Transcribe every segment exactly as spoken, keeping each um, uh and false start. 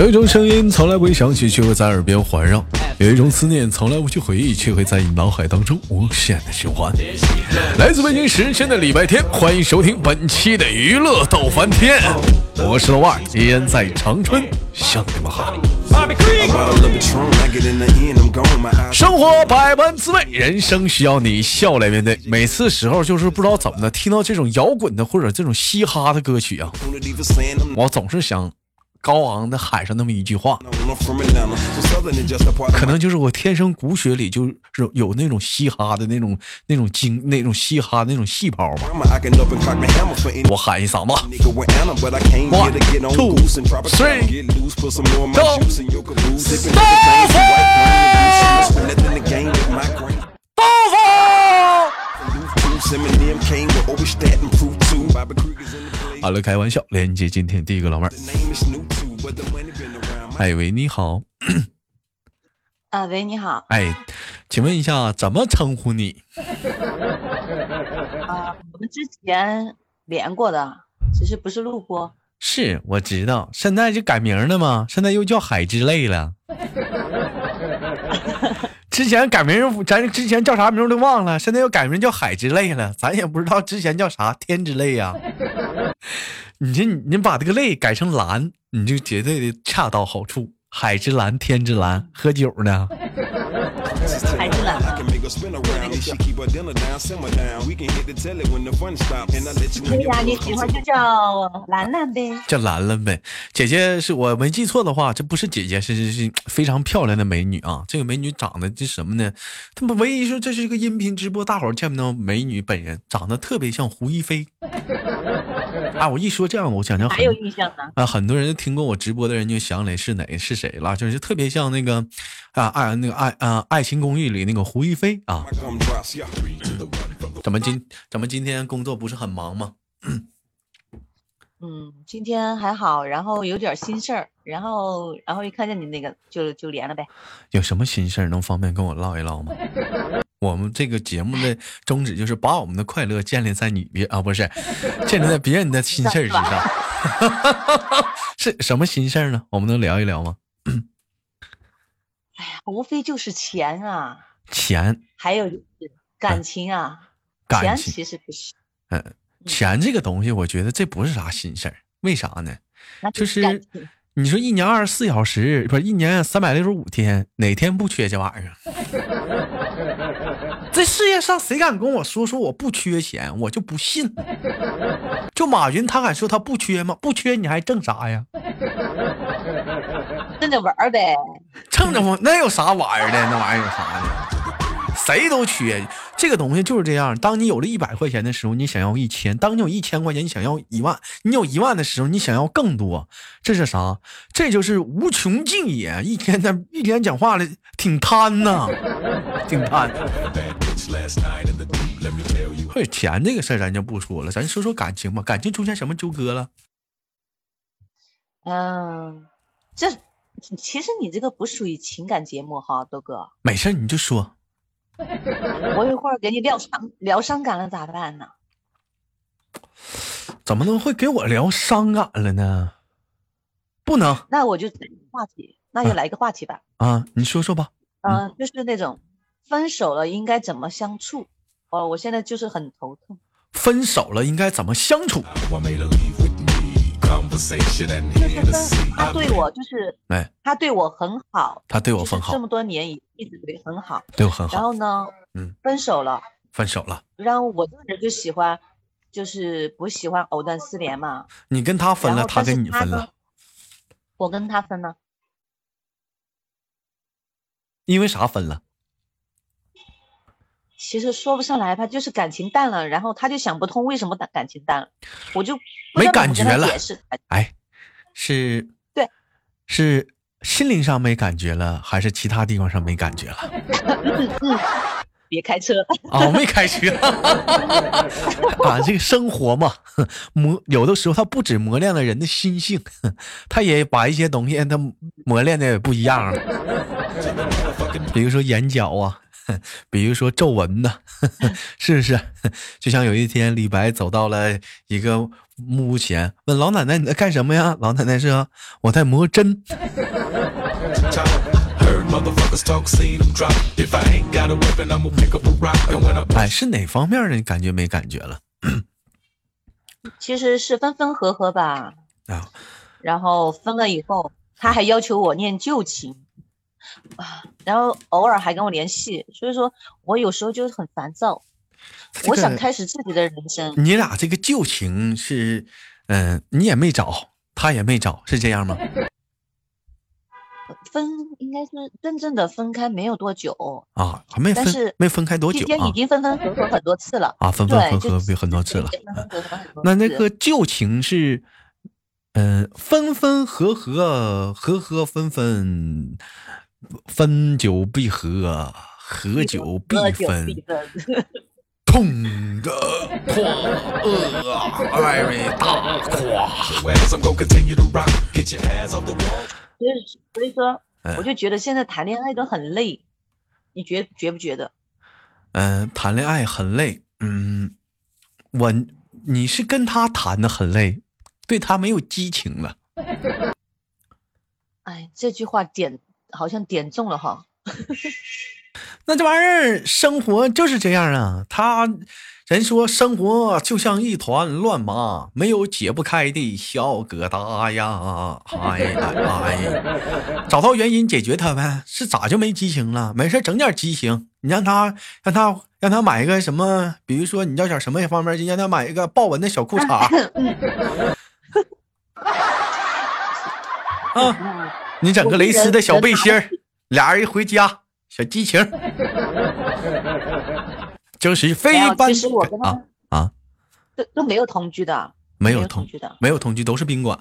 有一种声音从来不会响起，却会在耳边环绕；有一种思念从来不去回忆，却会在你脑海当中无限的循环。来自北京时间的礼拜天，欢迎收听本期的娱乐逗翻天，我是老万，依然在长春向你们好。生活百般滋味，人生需要你笑来面对。每次时候就是不知道怎么的，听到这种摇滚的或者这种嘻哈的歌曲啊，我总是想高昂的喊上那么一句话，可能就是我天生骨血里就是有那种嘻哈的那种那种精那种嘻哈的那种细胞吧。我喊一嗓子 ，one two three， go， 豆腐，好了，开玩笑，连接今天第一个老妹儿。哎喂，你好。 啊，喂，你好。 哎，请问一下，怎么称呼你？ 啊，我们之前连过的，只是不是录播。 是，我知道，现在就改名了吗？现在又叫海之泪了。之前改名，咱之前叫啥名都忘了，现在又改名叫海之泪了，咱也不知道之前叫啥天之泪呀、啊。你这你把这个泪改成蓝，你就绝对的恰到好处。海之蓝，天之蓝，喝酒呢。 海之蓝。对呀，你喜欢就叫兰兰呗。 叫兰兰呗。姐姐是我没记错的话，这不是姐姐，是是是非常漂亮的美女啊。这个美女长得这什么呢？他们唯一说这是一个音频直播，大伙儿见不到美女本人，长得特别像胡一菲。啊，我一说这样，我想想还有印象呢。 啊，很多人听过我直播的人就想起是哪是谁了，就是特别像那个啊爱那个爱啊爱情公寓里那个胡一菲啊。怎么今怎么今天工作不是很忙吗？ 嗯，今天还好，然后有点心事儿，然后然后一看见你那个就就连了呗。 有什么心事儿能方便跟我唠一唠吗？我们这个节目的宗旨就是把我们的快乐建立在你别啊不是建立在别人的心事儿之上。是什么心事儿呢？我们能聊一聊吗？ 哎呀，无非就是钱啊， 钱， 还有就是感情啊。 嗯、感情钱其实不是。 嗯，钱这个东西，我觉得这不是啥心事儿。为啥呢？就是你说一年二十四小时，不是一年三百六十五天，哪天不缺这玩意儿？这世界上谁敢跟我说说我不缺钱，我就不信。就马云他敢说他不缺吗？不缺你还挣啥呀？ 挣着玩呗。 挣着我那有啥玩意儿的？那玩意儿有啥的？谁都缺，这个东西就是这样。当你有了一百块钱的时候，你想要一千；当你有一千块钱，你想要一万；你有一万的时候，你想要更多。这是啥？这就是无穷尽也。一天的一天讲话了，挺贪呐，挺贪。会钱这个事儿咱就不说了，咱说说感情吧。感情出现什么纠葛了？ 嗯，这其实你这个不属于情感节目哈，豆哥。 没事你就说。 我一会儿给你聊伤聊伤感了咋办呢？ 怎么能会给我聊伤感了呢？不能。 那我就来一个话题，那就来一个话题吧。 啊，啊你说说吧。 嗯、呃，就是那种分手了应该怎么相处。哦，我现在就是很头痛。 分手了应该怎么相处？ 就是他对我就是， 哎， 他对我很好， 他对我很好， 就是、这么多年一一直对很好， 对我很好。 然后呢， 嗯， 分手了， 分手了。 然后我这个人就喜欢，就是不喜欢藕断丝连嘛。 你跟他分了，他跟你分了。 我跟他分了。 因为啥分了？ 其实说不上来吧，就是感情淡了，然后他就想不通为什么感情淡了，我就没感觉了。 解释。 哎，是， 对， 是心灵上没感觉了，还是其他地方上没感觉了？ 嗯嗯，别开车啊、哦，没开车啊，这个生活嘛，磨有的时候它不止磨练了人的心性，它也把一些东西它磨练的也不一样了，比如说眼角啊。比如说皱纹呢，是不是？就像有一天李白走到了一个目前问老奶奶你在干什么呀？老奶奶说我在磨针。哎，是哪方面的？你感觉没感觉了？ 其实是分分合合吧。 啊， 然后分了以后，他还要求我念旧情啊，然后偶尔还跟我联系，所以说我有时候就很烦躁。 这个、 我想开始自己的人生。 你俩这个旧情是，嗯、呃，你也没找，他也没找，是这样吗？ 分应该是真正的分开没有多久啊，还没分， 但是没分开多久啊？ 期间已经分分合合很多次了啊，分分合合很多次了。那那个旧情是，嗯、呃，分分合合，合合分分，分久必合，合久必分。痛的跨呃艾瑞大跨。 所以说，我就觉得现在谈恋爱都很累，你觉觉不觉得？ 嗯、呃，谈恋爱很累。嗯，我你是跟他谈的很累，对他没有激情了。 哎，这句话点好像点中了哈。 那这玩意儿，生活就是这样啊。他人说生活就像一团乱麻，没有解不开的小疙瘩呀。哎哎哎，找到原因解决它呗。是咋就没激情了？没事整点激情。你让他让他让他买一个什么？比如说你要想什么方面，就让他买一个豹纹的小裤衩。啊，你整个蕾丝的小背心儿，俩人一回家。小激情，就是非般啊啊， 都都没有同居的， 没有同居的， 没有同居，都是宾馆。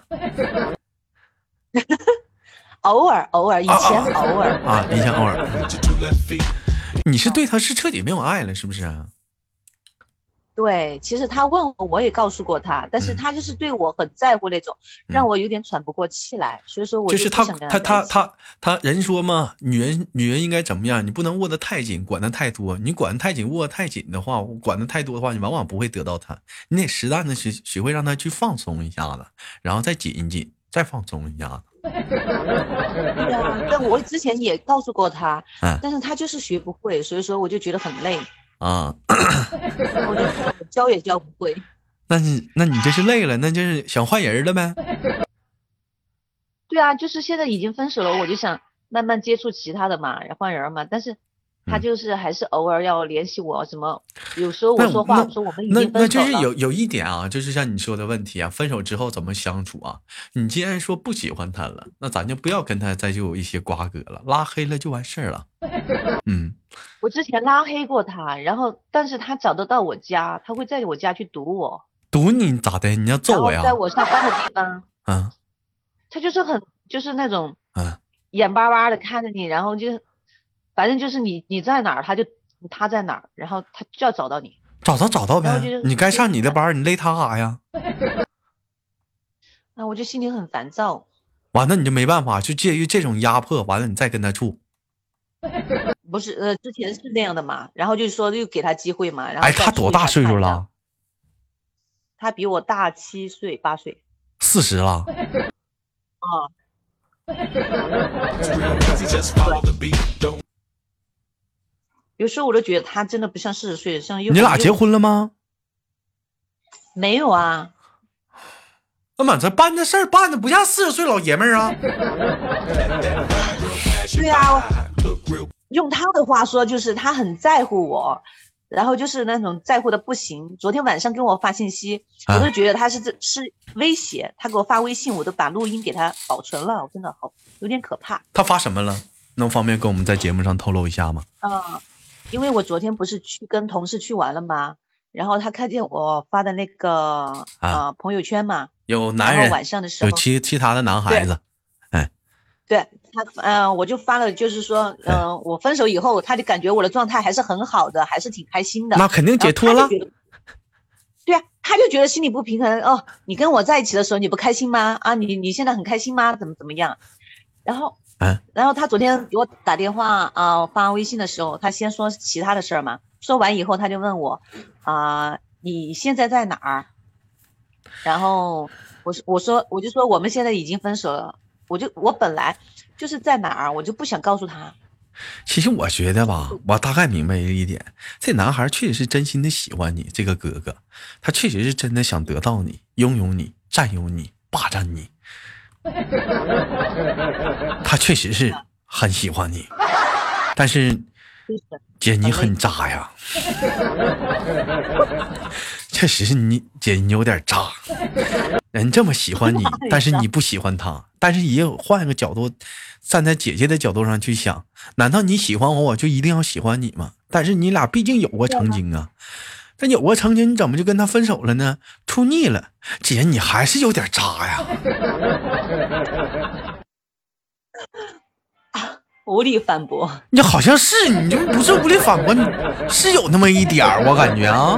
偶尔偶尔，以前偶尔啊，以前偶尔。你是对他是彻底没有爱了，是不是啊？ 对，其实他问我，我也告诉过他，但是他就是对我很在乎那种，嗯、让我有点喘不过气来，所以说我就是他他他他他人说嘛，女人女人应该怎么样？你不能握得太紧，管得太多。你管得太紧，握得太紧的话，管得太多的话，你往往不会得到他。你得适当的学学会让他去放松一下子，然后再紧一紧，再放松一下子。 对啊，但我之前也告诉过他， 嗯、 但是他就是学不会，所以说我就觉得很累。 啊， 我就教也教不会。 那你那你这是累了，那就是想换人了呗？ 对啊，就是现在已经分手了，我就想慢慢接触其他的嘛，换人嘛。但是他就是还是偶尔要联系我，什么有时候我说话我说我们已经分手了。 那那就是有有一点啊，就是像你说的问题啊，分手之后怎么相处啊？你既然说不喜欢他了，那咱就不要跟他再就有一些瓜葛了，拉黑了就完事儿了。嗯。 我之前拉黑过他，然后但是他找得到我家，他会在我家去堵我。 堵你咋的？你要揍我呀？ 在我上班的地方， 嗯， 他就是很就是那种， 嗯， 眼巴巴的看着你，然后就，反正就是你你在哪儿，他就他在哪儿，然后他就要找到你， 找到找到呗。你该上你的班，你勒他干啥呀？ 那我就心里很烦躁。 完了你就没办法，就介于这种压迫，完了你再跟他处。 不是呃，之前是那样的嘛，然后就是说又给他机会嘛，然后哎，他多大岁数了？ 他比我大七岁八岁。 四十了。 啊。有时候我都觉得他真的不像四十岁，像又。 你俩结婚了吗？ 没有啊。 那妈，这办这事儿办的不像四十岁老爷们儿啊。 对啊。用他的话说就是他很在乎我，然后就是那种在乎的不行。昨天晚上跟我发信息， 啊、 我都觉得他是这是威胁。他给我发微信，我都把录音给他保存了，我真的好有点可怕。 他发什么了？能方便跟我们在节目上透露一下吗？ 啊，因为我昨天不是去跟同事去玩了吗？然后他看见我发的那个啊、呃、朋友圈嘛， 有男人， 晚上的时候有其其他的男孩子，哎， 对。他嗯、呃，我就发了，就是说，嗯、呃，我分手以后，他就感觉我的状态还是很好的，还是挺开心的。 那肯定解脱了。 对啊，他就觉得心里不平衡哦。你跟我在一起的时候，你不开心吗？啊，你你现在很开心吗？怎么怎么样？然后， 嗯， 然后他昨天给我打电话啊、呃，发微信的时候，他先说其他的事儿嘛。说完以后，他就问我啊、呃，你现在在哪儿？ 然后我说我说我就说我们现在已经分手了，我就我本来就是在哪儿，我就不想告诉他。 其实我觉得吧，我大概明白一点，这男孩确实是真心的喜欢你，这个哥哥，他确实是真的想得到你，拥有你，占有你，霸占你。他确实是很喜欢你，但是姐你很渣呀。确实是你姐你有点渣，人这么喜欢你，但是你不喜欢他，但是也有换一个角度，站在姐姐的角度上去想，难道你喜欢我我就一定要喜欢你吗？但是你俩毕竟有过曾经啊，但有过曾经你怎么就跟他分手了呢？处腻了，姐你还是有点渣呀。 无力反驳， 你好像是，你就不是无力反驳，你是有那么一点儿，我感觉啊。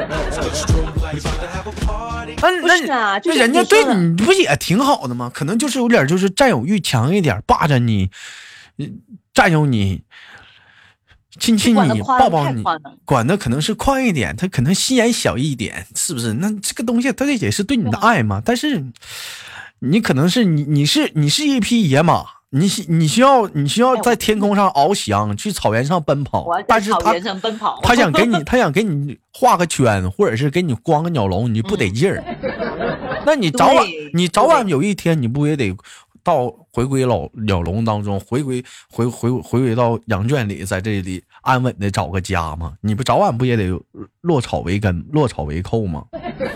那那那人家对你不也挺好的吗？可能就是有点就是占有欲强一点，霸占你，占有你，亲亲你，抱抱你，管的可能是宽一点，他可能心眼小一点，是不是？那这个东西他也是对你的爱嘛。但是你可能是你你是你是一匹野马。你你需要你需要在天空上翱翔，去草原上奔跑，但是他他想给你他想给你画个圈，或者是给你光个鸟笼，你不得劲儿。嗯、那你早晚你早晚有一天，你不也得到回归老鸟笼当中，回归回回回归到羊圈里，在这里安稳的找个家吗？你不早晚不也得落草为根，落草为寇吗？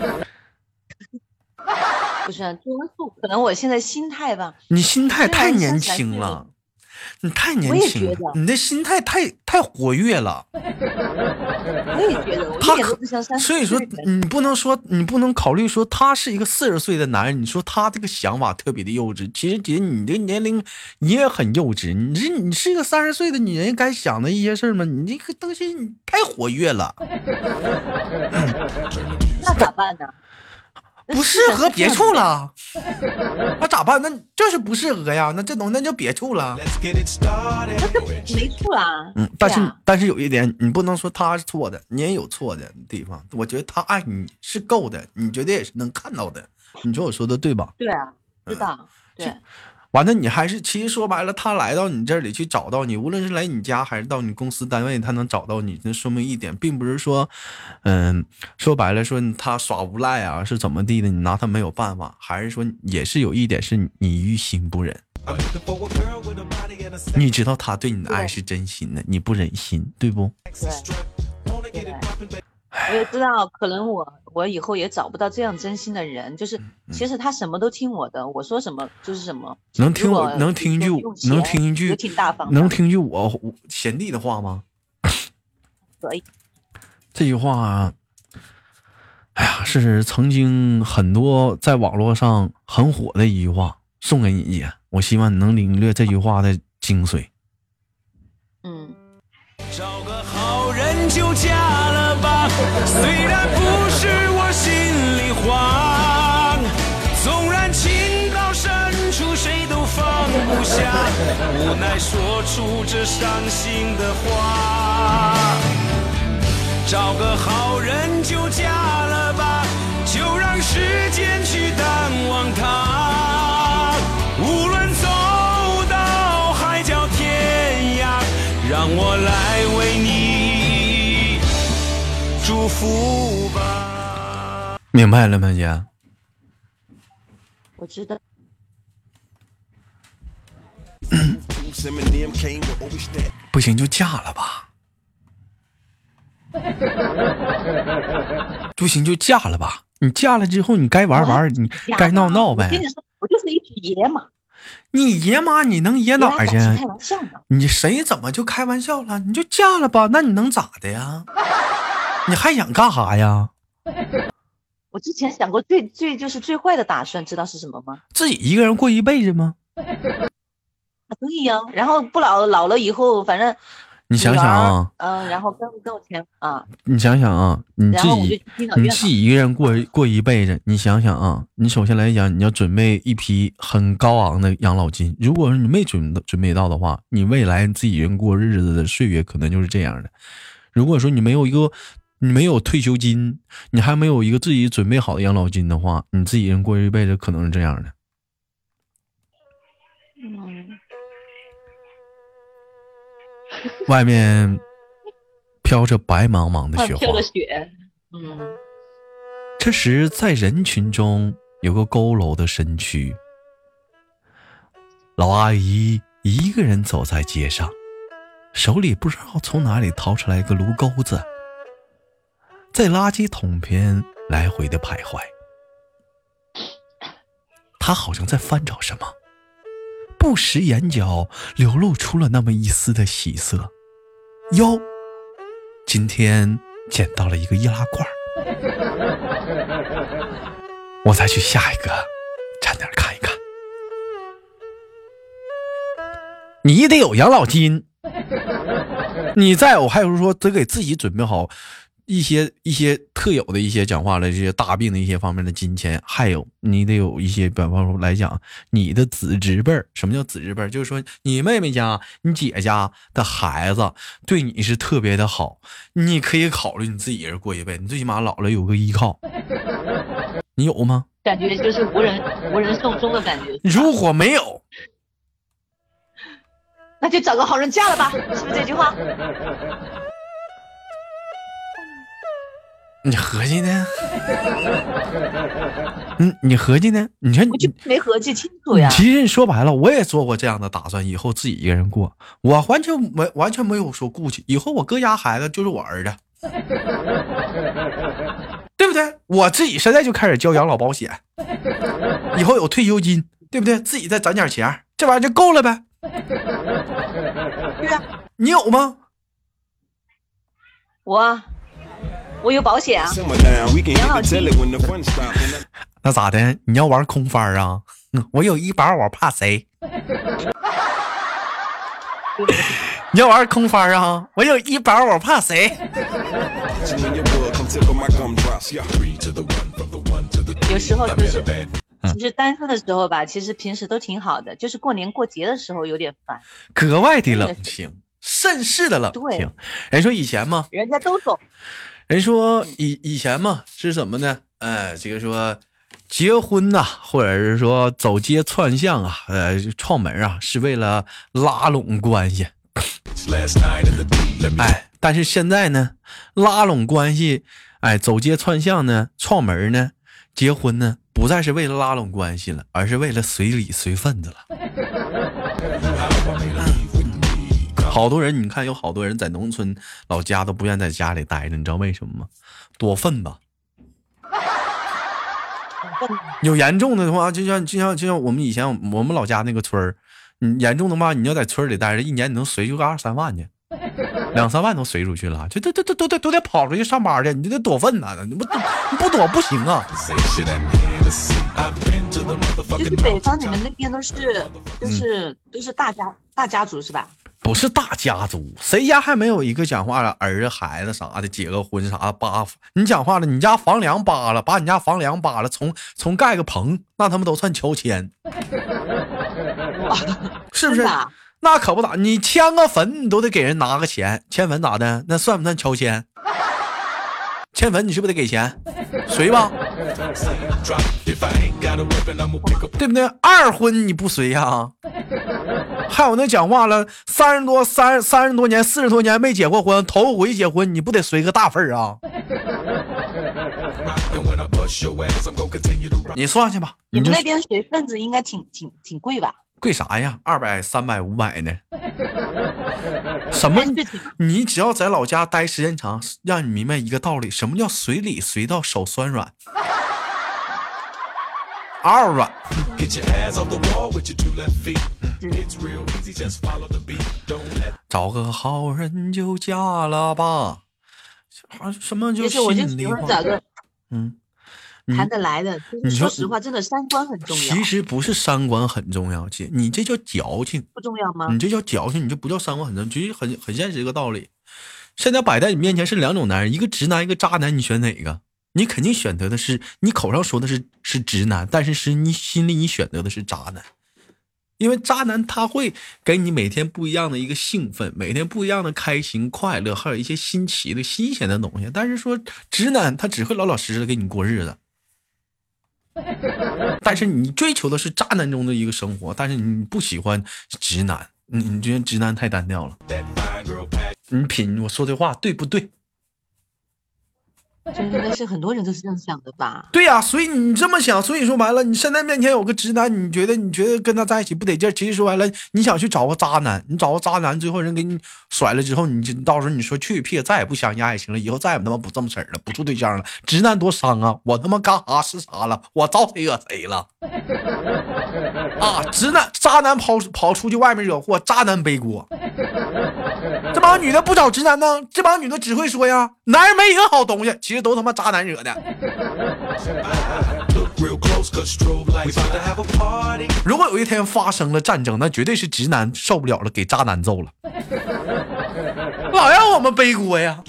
不是多数，可能我现在心态吧。 你心态太年轻了，你太年轻了，你的心态太太活跃了。 我也觉得，我一点都不像三十岁。 所以说，你不能说，你不能考虑说他是一个四十岁的男人，你说他这个想法特别的幼稚。其实姐，你这年龄你也很幼稚。你是你是一个三十岁的女人，该想的一些事吗？你这个东西你太活跃了。 那咋办呢？ 不适合别处了，那咋办？那就是不适合呀，那这东西那就别处了。 那就没处啦。 嗯，但是、啊、但是有一点，你不能说他是错的，你也有错的地方。我觉得他爱你是够的，你觉得也是能看到的。你说我说的对吧？ 对啊，知道。嗯、对。 完了，你还是其实说白了，他来到你这里去找到你，无论是来你家还是到你公司单位，他能找到你，那说明一点，并不是说，嗯，说白了说他耍无赖啊，是怎么地的，你拿他没有办法，还是说也是有一点是你于心不忍，你知道他对你的爱是真心的，你不忍心，对不？ 对。对我也知道，可能我我以后也找不到这样真心的人，就是其实他什么都听我的，我说什么就是什么。 能听我能听一句能听一句挺大方， 能听一句我贤弟的话吗？ 可以。 这句话，哎呀，是曾经很多在网络上很火的一句话，送给你姐，我希望你能领略这句话的精髓。 嗯。 找个好人就嫁了吧，虽然不是我心里话，纵然情到深处谁都放不下，无奈说出这伤心的话。找个好人就嫁了吧，就让时间去淡忘它，无论走到海角天涯，让我来为你祝福吧。 明白了吗，姐？ 我知道。 不行就嫁了吧。不行就嫁了吧。你嫁了之后，你该玩玩，你该闹闹呗。 我跟你说，我就是一匹野马。 你野马你能野哪儿去？你谁怎么就开玩笑了？你就嫁了吧，那你能咋的呀？你还想干啥呀？ 我之前想过最最就是最坏的打算，知道是什么吗？ 自己一个人过一辈子吗？ 对呀，然后不老老了以后，反正你想想啊， 嗯、呃，然后跟跟我钱啊， 你想想啊，你自己你自己一个人过过一辈子，你想想啊，你首先来讲，你要准备一批很高昂的养老金，如果是你没准准备到的话，你未来自己人过日子的岁月可能就是这样的。如果说你没有一个你没有退休金，你还没有一个自己准备好的养老金的话，你自己人过一辈子可能是这样的。 嗯， 外面飘着白茫茫的雪花， 飘着雪。嗯， 这时在人群中有个佝偻的身躯，老阿姨一个人走在街上，手里不知道从哪里掏出来一个炉钩子，在垃圾桶边来回的徘徊。她好像在翻找什么，不时眼角流露出了那么一丝的喜色。哟，今天捡到了一个易拉罐，我再去下一个站点看一看。你得有养老金，你再有还有说得给自己准备好一些一些特有的一些讲话的这些大病的一些方面的金钱，还有你得有一些，比方说来讲，你的子侄辈儿。什么叫子侄辈儿？就是说你妹妹家、你姐家的孩子对你是特别的好，你可以考虑你自己人过一辈子，你最起码老了有个依靠。你有吗？ 感觉就是无人无人送终的感觉。 如果没有， 那就找个好人嫁了吧，是不是这句话？ 你合计呢？嗯，你合计呢？你说我就没合计清楚呀。 其实说白了，我也做过这样的打算，以后自己一个人过，我完全没完全没有说顾忌，以后我哥家孩子就是我儿子，对不对？我自己现在就开始交养老保险，以后有退休金，对不对？自己再攒点钱，这玩意儿就够了呗。 对啊， 你有吗？ 我我有保险啊，养老金。 那咋的？你要玩空翻啊？我有医保，我怕谁？你要玩空翻啊？我有医保，我怕谁？ 有时候就是，其实单身的时候吧，其实平时都挺好的，就是过年过节的时候有点烦， 格外的冷清，甚是的冷清。人说以前嘛， 人家都走。 人说以以前嘛是什么呢？呃，这个说结婚呐、啊，或者是说走街串巷啊，呃，串门啊，是为了拉拢关系。哎，但是现在呢，拉拢关系，哎，走街串巷呢，串门呢，结婚呢，不再是为了拉拢关系了，而是为了随礼随份子了。好多人，你看有好多人在农村老家都不愿在家里待着，你知道为什么吗？躲份子。有严重的话，就像就像就像我们以前我们老家那个村儿，你严重的话，你要在村里待着，一年你能随出个二三万去，两三万都随出去了，就都都都都得都得跑出去上班去，你就得躲份子，你不你不躲不行啊。 就是北方你们那边都是都是、嗯、都是大家大家族是吧？ 不是大家族，谁家还没有一个讲话了儿子孩子啥的，结个婚啥的扒？你讲话了，你家房梁扒了，把你家房梁扒了，从从盖个棚，那他们都算乔迁，是不是？那可不咋，你迁个坟你都得给人拿个钱，迁坟咋的？那算不算乔迁？迁坟你是不是得给钱？随吧，对不对？二婚你不随呀、啊？还有那讲话了，三十多三三十多年四十多年没结过婚，头回结婚你不得随个大份啊？你算去吧。 你们那边随份子应该挺挺挺贵吧？ 贵啥呀？二百、三百、五百呢？什么？你只要在老家待时间长，让你明白一个道理：什么叫随礼随到手酸软？二软。找个好人就嫁了吧。什么就心里话？嗯。 谈得来的，你说实话，真的三观很重要。 其实不是三观很重要，姐，你这叫矫情， 不重要吗？ 你这叫矫情，你就不叫三观很重要，其实很很现实一个道理。现在摆在你面前是两种男人，一个直男，一个渣男，你选哪个？你肯定选择的是你口上说的是是直男，但是是你心里你选择的是渣男。 因为渣男他会给你每天不一样的一个兴奋，每天不一样的开心快乐，还有一些新奇的新鲜的东西。但是说直男他只会老老实实的给你过日子，但是你追求的是渣男中的一个生活，但是你不喜欢直男，你你觉得直男太单调了。你品我说的话对不对？ 这应该是很多人都是这样想的吧？ 对呀、啊，所以你这么想，所以说完了，你现在面前有个直男，你觉得你觉得跟他在一起不得劲儿？其实说完了，你想去找个渣男，你找个渣男，最后人给你甩了之后，你到时候你说去屁，再也不相信爱情了，以后再也他妈不这么事儿了，不处对象了。直男多伤啊！我他妈干啥是啥了？我招谁惹谁了？啊！直男渣男跑跑出去外面惹祸，渣男背锅。这帮女的不找直男呢，这帮女的只会说呀，男人没一个好东西，其实都他妈渣男惹的。如果有一天发生了战争，那绝对是直男受不了了，给渣男揍了，老让我们背锅呀。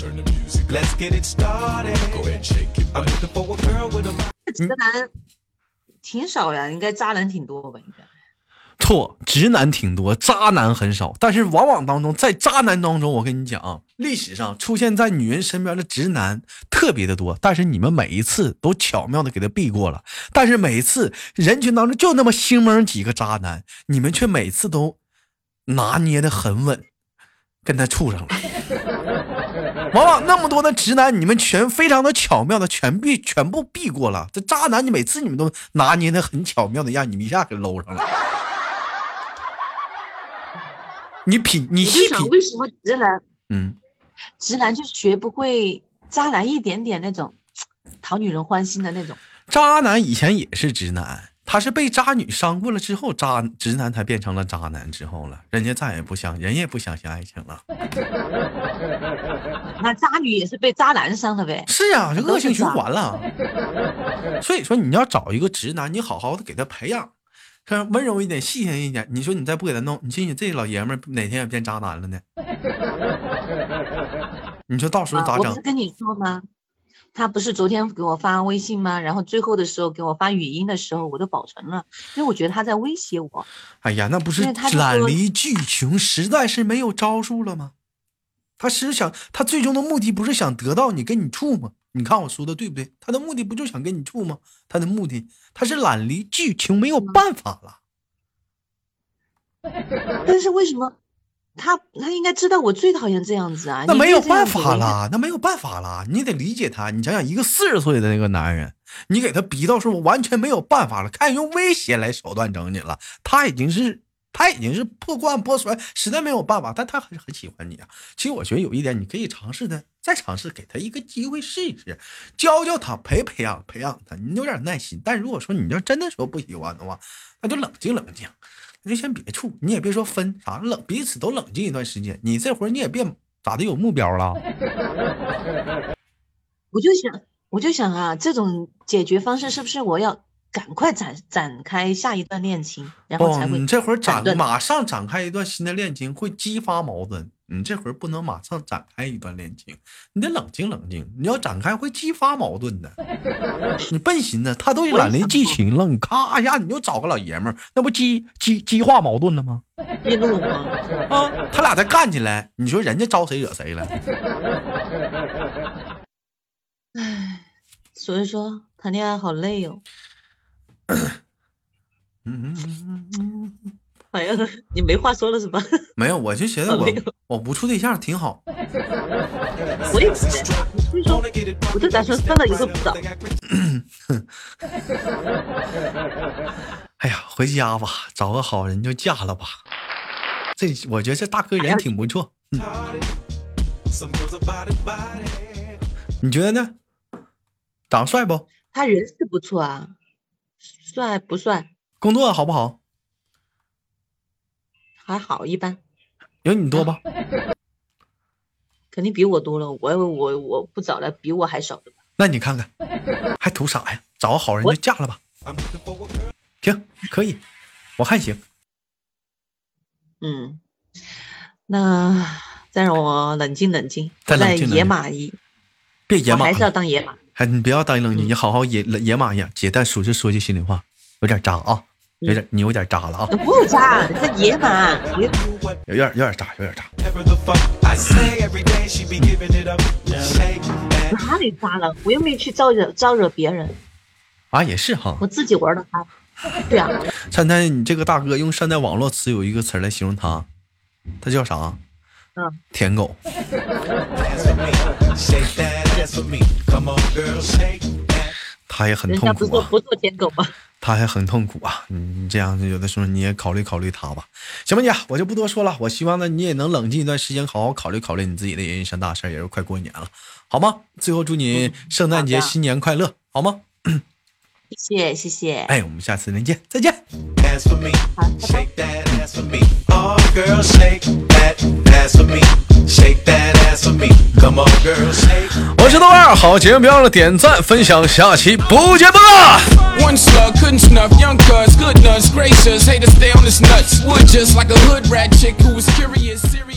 直男挺少呀，应该渣男挺多吧？应该。 错，直男挺多，渣男很少。但是往往当中，在渣男当中，我跟你讲啊，历史上出现在女人身边的直男特别的多，但是你们每一次都巧妙的给他避过了。但是每一次人群当中就那么星蒙几个渣男，你们却每次都拿捏的很稳，跟他处上了。往往那么多的直男，你们全非常的巧妙的全避全部避过了。这渣男，你每次你们都拿捏的很巧妙的，让你们一下给搂上了。你品，你细品， 为什么直男， 嗯， 直男就学不会渣男一点点那种讨女人欢心的那种？ 渣男以前也是直男，他是被渣女伤过了之后，渣直男才变成了渣男之后了，人家再也不相，人也不相信爱情了。 那渣女也是被渣男伤的呗？ 是啊，这恶性循环了。所以说，你要找一个直男，你好好的给他培养。看温柔一点，细心一点。你说你再不给他弄，你信不信这老爷们儿哪天也变渣男了呢？你说到时候咋整？ 啊、我不是跟你说吗？他不是昨天给我发微信吗？然后最后的时候给我发语音的时候，我都保存了，因为我觉得他在威胁我。 哎呀，那不是懒离巨穷，实在是没有招数了吗？他是想，他最终的目的不是想得到你跟你处吗？你看我说的对不对？他的目的不就想跟你处吗？他的目的，他是懒离巨穷，没有办法了。 但是为什么他他应该知道我最讨厌这样子啊？ 那没有办法了，那没有办法了，你得理解他。你想想，一个四十岁的那个男人，你给他逼到说完全没有办法了，开始用威胁来手段整你了，他已经是。他已经是破罐破摔，实在没有办法，但他还是很喜欢你啊。其实我觉得有一点，你可以尝试的，再尝试，给他一个机会试一试，教教他，培培养培养他，你有点耐心。但如果说你要真的说不喜欢的话，那就冷静冷静，那就先别处，你也别说分啥冷，彼此都冷静一段时间。你这会儿你也别咋的有目标了。 我就想，我就想啊，这种解决方式是不是我要？赶快展展开下一段恋情，然后才会。 你这会儿展马上展开一段新的恋情，会激发矛盾。你这会儿不能马上展开一段恋情，你得冷静冷静。你要展开会激发矛盾的。你笨心呢，他都懒离激情了，你咔一下你就找个老爷们儿，那不激激激化矛盾了吗？ 激怒吗？ 啊，他俩再干起来，你说人家招谁惹谁了？ 唉，所以说谈恋爱好累哦。嗯嗯嗯，哎呀，你没话说了是吧？ 没有，我就觉得我我不处对象挺好。 我也是，所以说我就打算分了以后不找。 哎呀，回家吧，找个好人就嫁了吧。这我觉得这大哥人挺不错。嗯、你觉得呢？长帅不？ 他人是不错啊。帅不帅？ 工作好不好？ 还好，一般。 有你多吧？ 肯定比我多了，我我我不找了，比我还少的。 那你看看，还图啥呀？找个好人就嫁了吧。行，可以，我看行。 嗯，那再让我冷静冷静， 再冷静冷静野马一， 别野马， 我还是要当野马。 哎，你不要当冷静，你好好野野马呀，姐，但说句说句心里话，有点渣啊。 有点你有点渣了啊！ 不是渣，这野马， 有点有点渣，有点渣。 哪里渣了？我又没去招惹招惹别人啊，也是哈， 我自己玩的哈。对啊， 善哉，你这个大哥用善哉网络词有一个词来形容他，他叫啥？ 嗯， 舔狗。他也很痛苦啊。人家不做不做舔狗吗？ 他还很痛苦啊！你这样有的时候你也考虑考虑他吧，行吧姐，我就不多说了。我希望呢你也能冷静一段时间，好好考虑考虑你自己的人生大事，也是快过年了，好吗？最后祝你圣诞节、嗯、新年快乐，好吗？ 谢谢谢谢。 哎，我们下次再见，再见。我是豆瓣，好节目别忘了点赞分享，下期不见不散。One slug couldn't snuff, young cuz, goodness gracious, hate to stay on this nuts, would just like a hood rat chick who was curious.